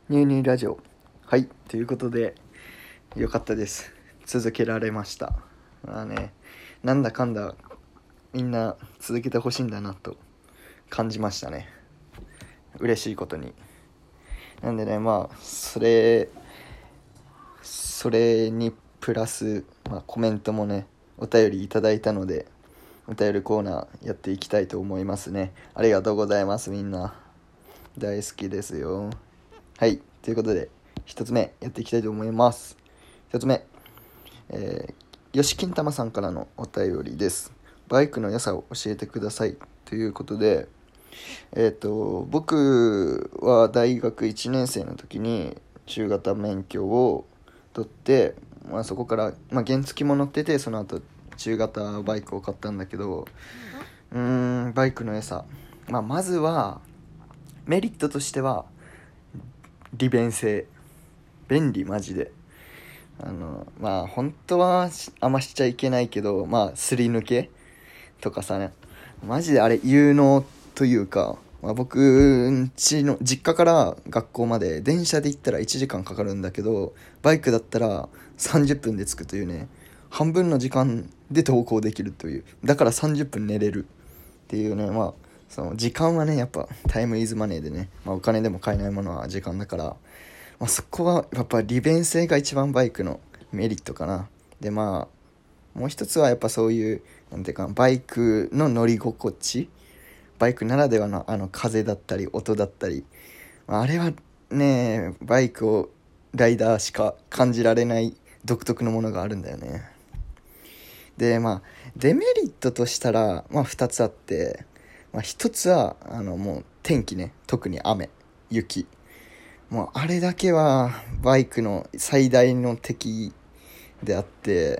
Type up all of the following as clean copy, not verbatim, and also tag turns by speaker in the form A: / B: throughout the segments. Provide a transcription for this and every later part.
A: ニューニューラジオ。はい、ということでよかったです。続けられました。まあね、なんだかんだみんな続けてほしいんだなと感じましたね。嬉しいことに。なんでね、それにプラス、コメントもね、お便りいただいたので、お便りコーナーやっていきたいと思いますね。ありがとうございます。みんな大好きですよ。はい、ということで一つ目やっていきたいと思います。一つ目、吉金玉さんからのお便りです。バイクの良さを教えてくださいということで、僕は大学1年生の時に中型免許を取って、そこから、原付も乗ってて、その後中型バイクを買ったんだけど、バイクの良さ、まずはメリットとしては利便性、便利マジで。本当はあんましちゃいけないけど、すり抜けとかさね、マジであれ有能というか、僕ん家の実家から学校まで電車で行ったら1時間かかるんだけど、バイクだったら30分で着くというね、半分の時間で登校できるという、だから30分寝れるっていうね。その時間はね、やっぱタイムイズマネーでね、お金でも買えないものは時間だから、そこはやっぱ利便性が一番バイクのメリットかな。でもう一つはやっぱそういうなんていうか、バイクの乗り心地、バイクならではの風だったり音だったり、あれはね、バイクをライダーしか感じられない独特のものがあるんだよね。でデメリットとしたら2つあって、1つはもう天気ね、特に雨雪、もうあれだけはバイクの最大の敵であって、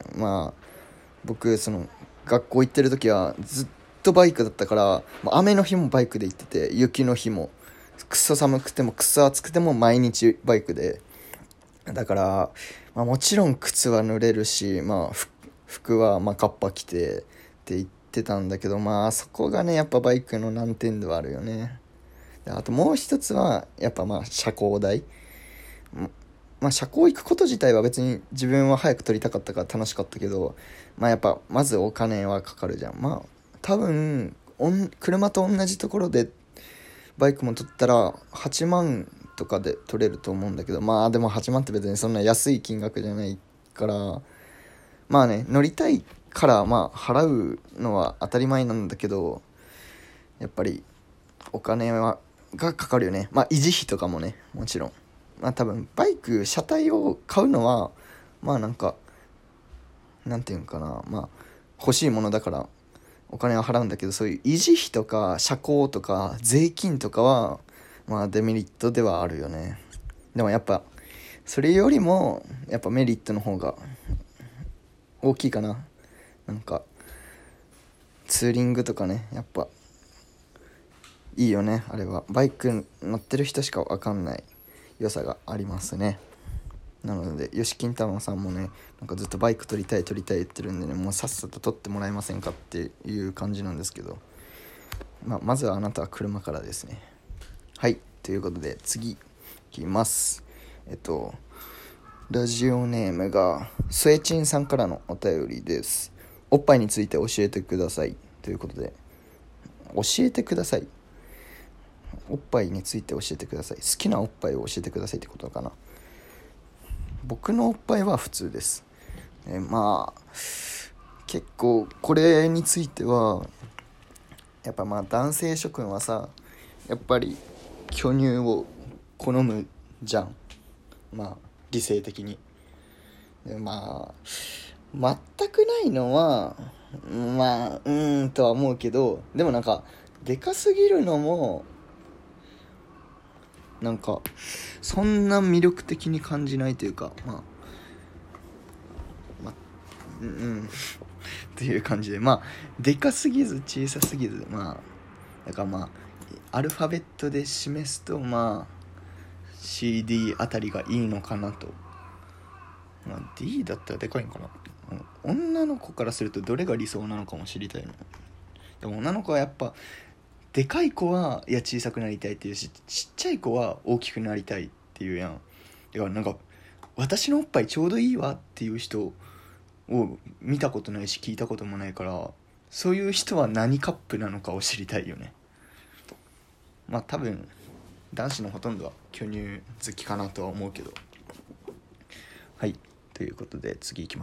A: 僕その学校行ってる時はずっとバイクだったから、雨の日もバイクで行ってて、雪の日もくっそ寒くてもくっそ暑くても毎日バイクで、だから、もちろん靴は濡れるし、服はカッパ着てって言ってたんだけど、そこがねやっぱバイクの難点ではあるよね。あともう一つはやっぱ車高代。車高行くこと自体は別に自分は早く取りたかったから楽しかったけど、やっぱまずお金はかかるじゃん。多分車と同じところでバイクも取ったら8万とかで取れると思うんだけど、でも8万って別にそんな安い金額じゃないから、乗りたいから払うのは当たり前なんだけど、やっぱりお金がかかるよね。維持費とかもね、もちろん。多分バイク車体を買うのはなんていうんかな、欲しいものだからお金は払うんだけど、そういう維持費とか車高とか税金とかはデメリットではあるよね。でもやっぱそれよりもやっぱメリットの方が大きいかな。ツーリングとかね、やっぱいいよね。あれはバイク乗ってる人しか分かんない良さがありますね。なので吉金玉さんもね、ずっとバイク取りたい言ってるんでね、もうさっさと取ってもらえませんかっていう感じなんですけど、まずはあなたは車からですね。はい、ということで次いきます。ラジオネームがスエチンさんからのお便りです。おっぱいについて教えてくださいということで、教えてください、おっぱいについて教えてください、好きなおっぱいを教えてくださいってことかな。僕のおっぱいは普通です。結構これについてはやっぱ男性諸君はさ、やっぱり巨乳を好むじゃん、理性的に。で全くないのはとは思うけど、でもでかすぎるのもそんな魅力的に感じないというか、っていう感じで、でかすぎず小さすぎず、だからアルファベットで示すとCD あたりがいいのかなと。D だったらでかいのかな。女の子からするとどれが理想なのかも知りたいの。でも女の子はやっぱでかい子は小さくなりたいっていうし、ちっちゃい子は大きくなりたいってっていうやん。だからなんか私のおっぱいちょうどいいわっていう人を見たことないし聞いたこともないから、そういう人は何カップなのかを知りたいよね。まあ多分男子のほとんどは巨乳好きかなとは思うけど。はい、ということで次いきます。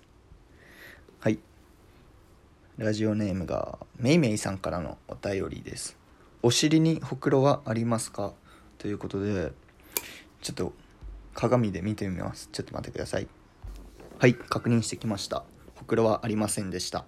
A: はい、ラジオネームがめいめいさんからのお便りです。お尻にほくろはありますか、ということで、ちょっと鏡で見てみます。ちょっと待ってください。はい、確認してきました。ほくろはありませんでした。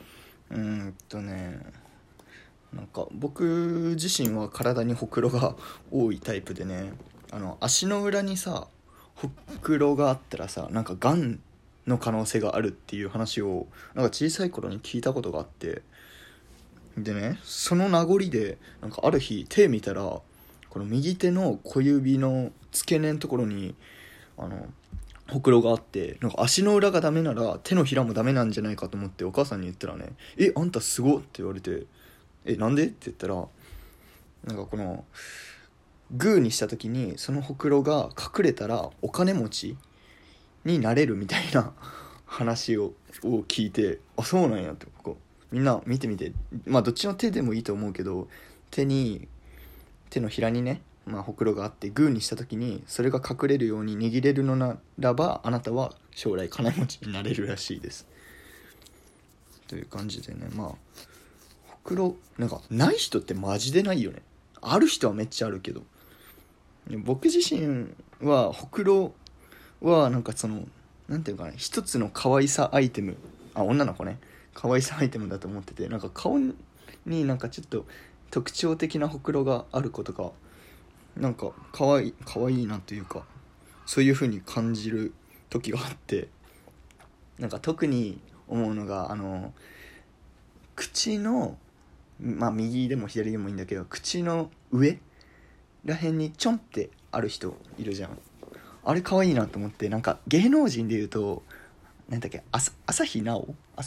A: なんか僕自身は体にほくろが多いタイプでね、足の裏にさほくろがあったらさ、なんかがんの可能性があるっていう話をなんか小さい頃に聞いたことがあって、でね、その名残でなんかある日手見たら、この右手の小指の付け根のところにほくろがあって、なんか足の裏がダメなら手のひらもダメなんじゃないかと思ってお母さんに言ったらね、あんたすごっって言われて、なんでって言ったら、なんかこのグーにした時にそのほくろが隠れたらお金持ちになれるみたいな話を聞いて、あ、そうなんやって、こうみんな見てみて、まあどっちの手でもいいと思うけど、手のひらにね、ほくろがあってグーにした時にそれが隠れるように握れるのならば、あなたは将来金持ちになれるらしいです。という感じでね、ほくろなんかない人ってマジでないよね。ある人はめっちゃあるけど、僕自身はほくろはなんかなんていうかな、一つの可愛さアイテム、女の子ね、可愛さアイテムだと思ってて、なんか顔になんかちょっと特徴的なほくろがあることがなんか可愛いなというか、そういう風に感じる時があって、なんか特に思うのが口の右でも左でもいいんだけど、口の上らへんにちょんってある人いるじゃん。あれ可愛いなと思って、なんか芸能人で言うとなんだっけ、朝日奈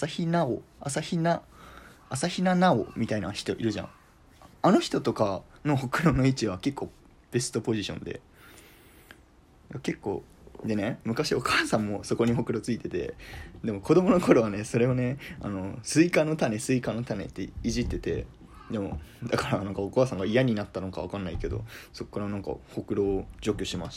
A: 央みたいな人いるじゃん。あの人とかのほくろの位置は結構ベストポジションで、結構でね、昔お母さんもそこにほくろついてて、でも子供の頃はね、それをね、スイカの種っていじってて、でもだからなんかお母さんが嫌になったのか分かんないけど、そこからなんかほくろを除去しました。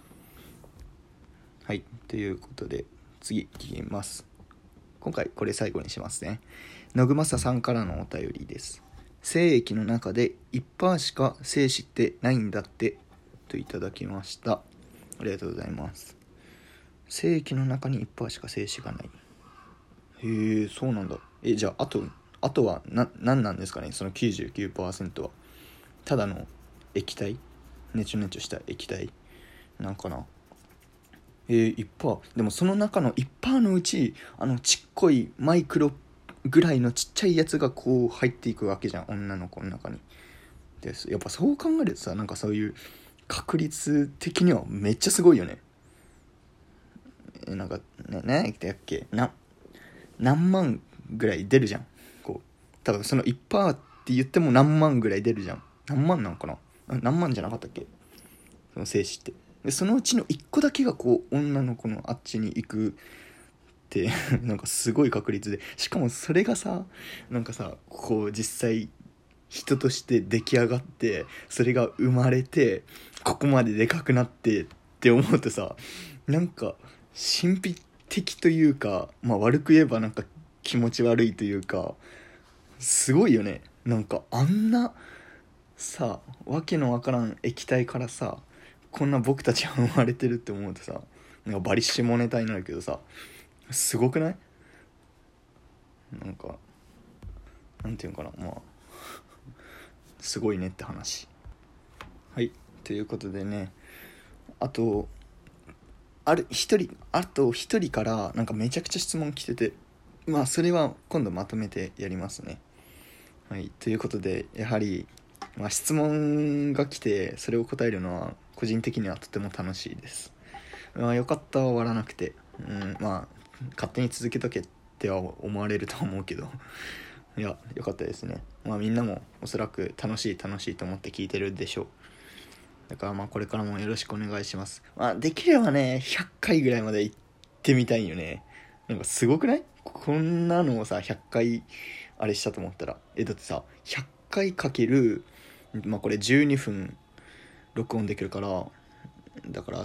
A: はい、ということで次聞きます。今回これ最後にしますね。のぐまささんからのお便りです。精液の中で 1% しか精子ってないんだってといただきました。ありがとうございます。精液の中に 1% しか精子がない。へえ、そうなんだ。じゃああとは何なんですかね、その 99% は。ただの液体、ネチョネチョした液体なんかな。1%でもその中の 1% のうちちっこいマイクロぐらいのちっちゃいやつがこう入っていくわけじゃん、女の子の中に。でやっぱそう考えるとさ、なんかそういう確率的にはめっちゃすごいよね。なんか何やったっけ、何万ぐらい出るじゃん。こう多分その 1% って言っても何万ぐらい出るじゃん。何万なんかな、何万じゃなかったっけ、その精子って。でそのうちの1個だけがこう女の子のあっちに行くってなんかすごい確率で、しかもそれがさ、なんかさ、こう実際人として出来上がって、それが生まれてここまででかくなってって思うとさ、なんか神秘的というか、悪く言えばなんか気持ち悪いというか、すごいよね。なんかあんなさ、わけのわからん液体からさ、こんな僕たちが生まれてるって思うとさ、なんかバリ下ネタになるけどさ、すごくない？なんかなんていうのかな、すごいねって話。はい、ということでね、あと一人からなんかめちゃくちゃ質問来てて、それは今度まとめてやりますね。はい、ということでやはり、質問が来てそれを答えるのは個人的にはとても楽しいです。よかった、終わらなくて。勝手に続けとけっては思われると思うけどいや、よかったですね。みんなもおそらく楽しいと思って聞いてるでしょだからまあこれからもよろしくお願いします。まあできればね100回ぐらいまで行ってみたいよね。なんかすごくない？こんなのをさ100回あれしたと思ったらだってさ100回かけるまあこれ12分録音できるから、だから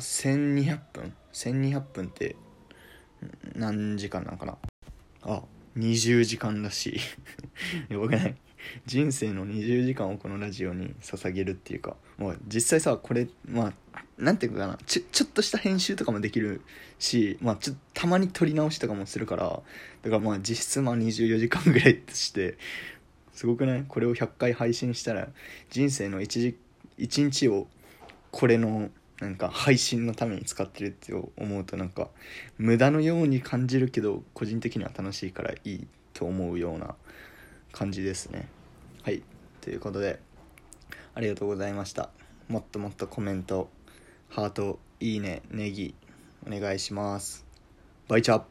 A: 1200分って何時間なんかなあ、20時間らしいやばくない？人生の20時間をこのラジオに捧げるっていうか、もう実際さこれまあなんていうかな、ちょっとした編集とかもできるし、まあちょっとたまに撮り直しとかもするから、だからまあ実質まあ24時間ぐらいとしてすごくない？これを100回配信したら人生の1日をこれのなんか配信のために使ってるって思うとなんか無駄のように感じるけど個人的には楽しいからいいと思うような感じですね。はい、ということでありがとうございました。もっともっとコメント、ハート、いいね、ネギお願いします。バイチャ。